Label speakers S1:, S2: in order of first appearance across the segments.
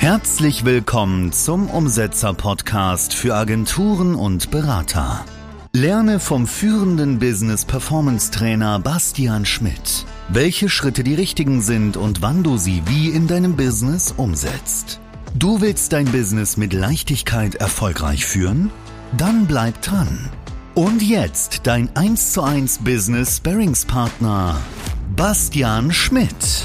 S1: Herzlich willkommen zum Umsetzer-Podcast für Agenturen und Berater. Lerne vom führenden Business-Performance-Trainer Bastian Schmidt, welche Schritte die richtigen sind und wann du sie wie in deinem Business umsetzt. Du willst dein Business mit Leichtigkeit erfolgreich führen? Dann bleib dran. Und jetzt dein 1:1 Business-Sparringspartner Bastian Schmidt.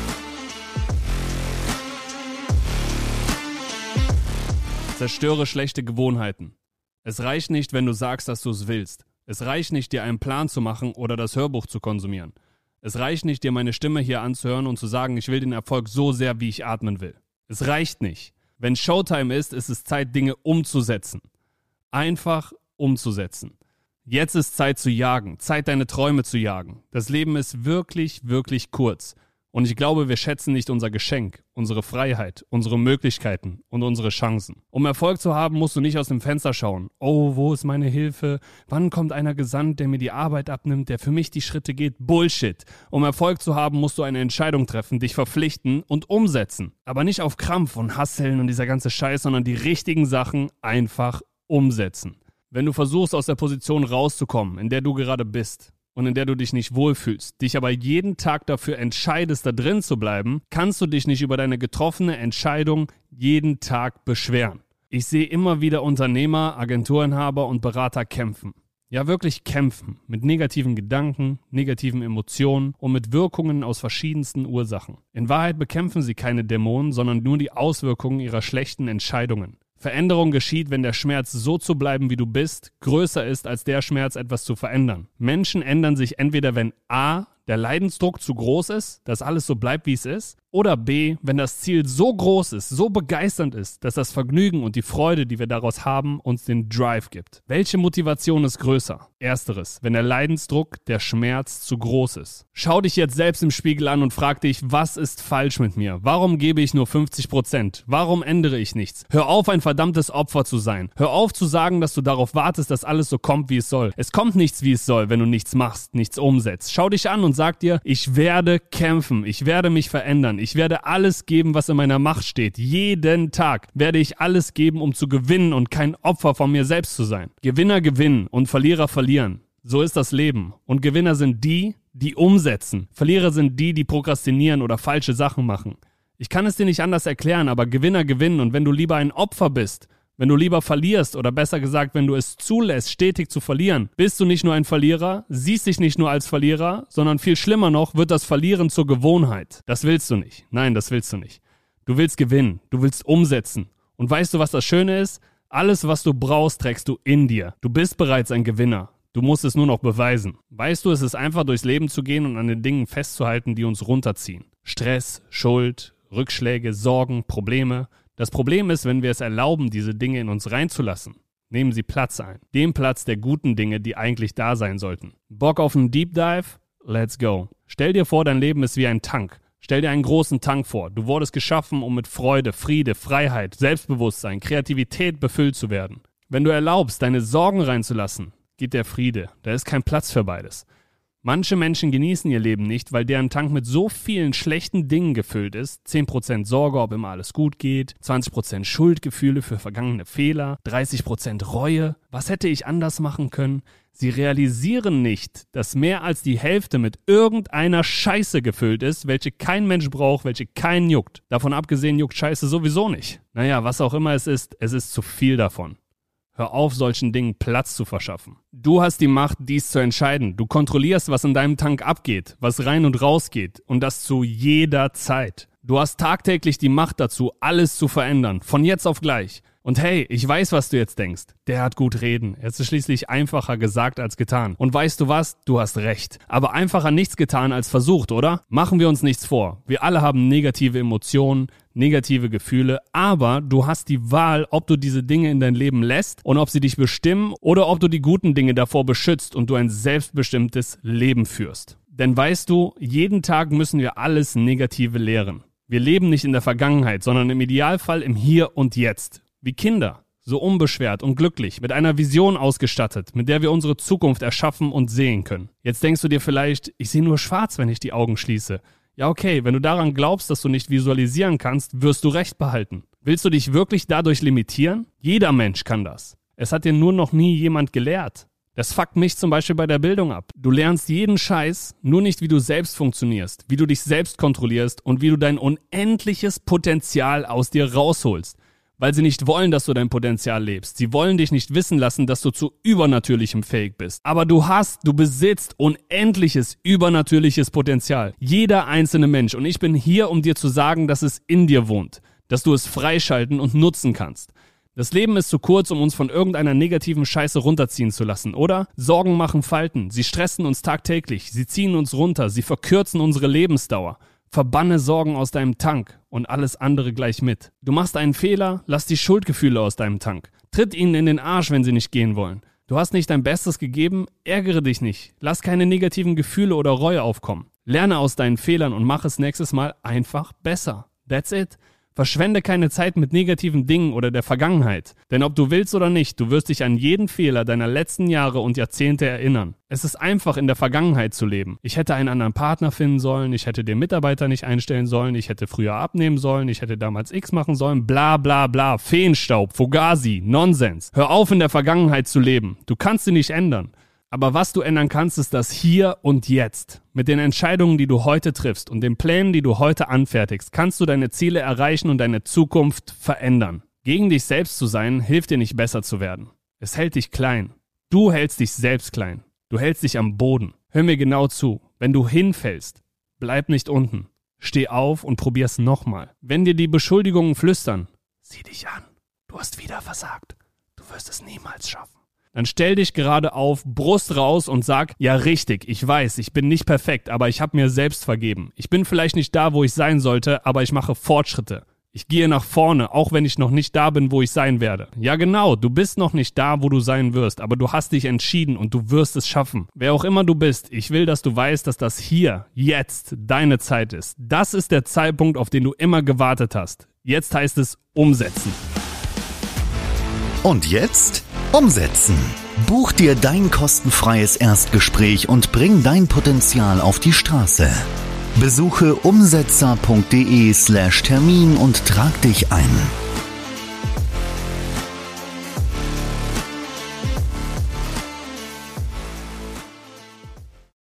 S2: Zerstöre schlechte Gewohnheiten. Es reicht nicht, wenn du sagst, dass du es willst. Es reicht nicht, dir einen Plan zu machen oder das Hörbuch zu konsumieren. Es reicht nicht, dir meine Stimme hier anzuhören und zu sagen, ich will den Erfolg so sehr, wie ich atmen will. Es reicht nicht. Wenn Showtime ist, ist es Zeit, Dinge umzusetzen. Einfach umzusetzen. Jetzt ist Zeit zu jagen, Zeit, deine Träume zu jagen. Das Leben ist wirklich, wirklich kurz. Und ich glaube, wir schätzen nicht unser Geschenk, unsere Freiheit, unsere Möglichkeiten und unsere Chancen. Um Erfolg zu haben, musst du nicht aus dem Fenster schauen. Oh, wo ist meine Hilfe? Wann kommt einer gesandt, der mir die Arbeit abnimmt, der für mich die Schritte geht? Bullshit. Um Erfolg zu haben, musst du eine Entscheidung treffen, dich verpflichten und umsetzen. Aber nicht auf Krampf und Hasseln und dieser ganze Scheiß, sondern die richtigen Sachen einfach umsetzen. Wenn du versuchst, aus der Position rauszukommen, in der du gerade bist, und in der du dich nicht wohlfühlst, dich aber jeden Tag dafür entscheidest, da drin zu bleiben, kannst du dich nicht über deine getroffene Entscheidung jeden Tag beschweren. Ich sehe immer wieder Unternehmer, Agenturinhaber und Berater kämpfen. Ja, wirklich kämpfen. Mit negativen Gedanken, negativen Emotionen und mit Wirkungen aus verschiedensten Ursachen. In Wahrheit bekämpfen sie keine Dämonen, sondern nur die Auswirkungen ihrer schlechten Entscheidungen. Veränderung geschieht, wenn der Schmerz, so zu bleiben, wie du bist, größer ist als der Schmerz, etwas zu verändern. Menschen ändern sich entweder, wenn a. der Leidensdruck zu groß ist, dass alles so bleibt, wie es ist, oder b. wenn das Ziel so groß ist, so begeisternd ist, dass das Vergnügen und die Freude, die wir daraus haben, uns den Drive gibt. Welche Motivation ist größer? Ersteres, wenn der Leidensdruck, der Schmerz zu groß ist. Schau dich jetzt selbst im Spiegel an und frag dich, was ist falsch mit mir? Warum gebe ich nur 50%? Warum ändere ich nichts? Hör auf, ein verdammtes Opfer zu sein. Hör auf zu sagen, dass du darauf wartest, dass alles so kommt, wie es soll. Es kommt nichts, wie es soll, wenn du nichts machst, nichts umsetzt. Schau dich an und sag dir, ich werde kämpfen, ich werde mich verändern, ich werde alles geben, was in meiner Macht steht. Jeden Tag werde ich alles geben, um zu gewinnen und kein Opfer von mir selbst zu sein. Gewinner gewinnen und Verlierer verlieren. So ist das Leben. Und Gewinner sind die, die umsetzen. Verlierer sind die, die prokrastinieren oder falsche Sachen machen. Ich kann es dir nicht anders erklären, aber Gewinner gewinnen. Und wenn du lieber ein Opfer bist, wenn du lieber verlierst oder besser gesagt, wenn du es zulässt, stetig zu verlieren, bist du nicht nur ein Verlierer, siehst dich nicht nur als Verlierer, sondern viel schlimmer noch, wird das Verlieren zur Gewohnheit. Das willst du nicht. Nein, das willst du nicht. Du willst gewinnen, du willst umsetzen. Und weißt du, was das Schöne ist? Alles, was du brauchst, trägst du in dir. Du bist bereits ein Gewinner. Du musst es nur noch beweisen. Weißt du, es ist einfach, durchs Leben zu gehen und an den Dingen festzuhalten, die uns runterziehen. Stress, Schuld, Rückschläge, Sorgen, Probleme. Das Problem ist, wenn wir es erlauben, diese Dinge in uns reinzulassen. Nehmen sie Platz ein. Den Platz der guten Dinge, die eigentlich da sein sollten. Bock auf einen Deep Dive? Let's go. Stell dir vor, dein Leben ist wie ein Tank. Stell dir einen großen Tank vor. Du wurdest geschaffen, um mit Freude, Friede, Freiheit, Selbstbewusstsein, Kreativität befüllt zu werden. Wenn du erlaubst, deine Sorgen reinzulassen, geht der Friede. Da ist kein Platz für beides. Manche Menschen genießen ihr Leben nicht, weil deren Tank mit so vielen schlechten Dingen gefüllt ist. 10% Sorge, ob immer alles gut geht, 20% Schuldgefühle für vergangene Fehler, 30% Reue. Was hätte ich anders machen können? Sie realisieren nicht, dass mehr als die Hälfte mit irgendeiner Scheiße gefüllt ist, welche kein Mensch braucht, welche keinen juckt. Davon abgesehen juckt Scheiße sowieso nicht. Naja, was auch immer es ist zu viel davon. Hör auf, solchen Dingen Platz zu verschaffen. Du hast die Macht, dies zu entscheiden. Du kontrollierst, was in deinem Tank abgeht, was rein und raus geht. Und das zu jeder Zeit. Du hast tagtäglich die Macht dazu, alles zu verändern. Von jetzt auf gleich. Und hey, ich weiß, was du jetzt denkst. Der hat gut reden. Es ist schließlich einfacher gesagt als getan. Und weißt du was? Du hast recht. Aber einfacher nichts getan als versucht, oder? Machen wir uns nichts vor. Wir alle haben negative Emotionen, negative Gefühle, aber du hast die Wahl, ob du diese Dinge in dein Leben lässt und ob sie dich bestimmen oder ob du die guten Dinge davor beschützt und du ein selbstbestimmtes Leben führst. Denn weißt du, jeden Tag müssen wir alles Negative lehren. Wir leben nicht in der Vergangenheit, sondern im Idealfall im Hier und Jetzt. Wie Kinder, so unbeschwert und glücklich, mit einer Vision ausgestattet, mit der wir unsere Zukunft erschaffen und sehen können. Jetzt denkst du dir vielleicht, ich sehe nur schwarz, wenn ich die Augen schließe. Ja, okay, wenn du daran glaubst, dass du nicht visualisieren kannst, wirst du Recht behalten. Willst du dich wirklich dadurch limitieren? Jeder Mensch kann das. Es hat dir nur noch nie jemand gelehrt. Das fuckt mich zum Beispiel bei der Bildung ab. Du lernst jeden Scheiß, nur nicht, wie du selbst funktionierst, wie du dich selbst kontrollierst und wie du dein unendliches Potenzial aus dir rausholst. Weil sie nicht wollen, dass du dein Potenzial lebst. Sie wollen dich nicht wissen lassen, dass du zu Übernatürlichem fähig bist. Aber du besitzt unendliches, übernatürliches Potenzial. Jeder einzelne Mensch. Und ich bin hier, um dir zu sagen, dass es in dir wohnt. Dass du es freischalten und nutzen kannst. Das Leben ist zu kurz, um uns von irgendeiner negativen Scheiße runterziehen zu lassen, oder? Sorgen machen Falten, sie stressen uns tagtäglich, sie ziehen uns runter, sie verkürzen unsere Lebensdauer. Verbanne Sorgen aus deinem Tank und alles andere gleich mit. Du machst einen Fehler, lass die Schuldgefühle aus deinem Tank. Tritt ihnen in den Arsch, wenn sie nicht gehen wollen. Du hast nicht dein Bestes gegeben, ärgere dich nicht. Lass keine negativen Gefühle oder Reue aufkommen. Lerne aus deinen Fehlern und mach es nächstes Mal einfach besser. That's it. Verschwende keine Zeit mit negativen Dingen oder der Vergangenheit. Denn ob du willst oder nicht, du wirst dich an jeden Fehler deiner letzten Jahre und Jahrzehnte erinnern. Es ist einfach, in der Vergangenheit zu leben. Ich hätte einen anderen Partner finden sollen, ich hätte den Mitarbeiter nicht einstellen sollen, ich hätte früher abnehmen sollen, ich hätte damals X machen sollen, bla bla bla, Feenstaub, Fugazi, Nonsens. Hör auf, in der Vergangenheit zu leben. Du kannst sie nicht ändern. Aber was du ändern kannst, ist das Hier und Jetzt. Mit den Entscheidungen, die du heute triffst und den Plänen, die du heute anfertigst, kannst du deine Ziele erreichen und deine Zukunft verändern. Gegen dich selbst zu sein, hilft dir nicht besser zu werden. Es hält dich klein. Du hältst dich selbst klein. Du hältst dich am Boden. Hör mir genau zu. Wenn du hinfällst, bleib nicht unten. Steh auf und probier's nochmal. Wenn dir die Beschuldigungen flüstern, sieh dich an. Du hast wieder versagt. Du wirst es niemals schaffen. Dann stell dich gerade auf, Brust raus und sag, ja richtig, ich weiß, ich bin nicht perfekt, aber ich habe mir selbst vergeben. Ich bin vielleicht nicht da, wo ich sein sollte, aber ich mache Fortschritte. Ich gehe nach vorne, auch wenn ich noch nicht da bin, wo ich sein werde. Ja genau, du bist noch nicht da, wo du sein wirst, aber du hast dich entschieden und du wirst es schaffen. Wer auch immer du bist, ich will, dass du weißt, dass das hier, jetzt, deine Zeit ist. Das ist der Zeitpunkt, auf den du immer gewartet hast. Jetzt heißt es umsetzen.
S1: Und jetzt? Umsetzen. Buch dir dein kostenfreies Erstgespräch und bring dein Potenzial auf die Straße. Besuche umsetzer.de/Termin und trag dich ein.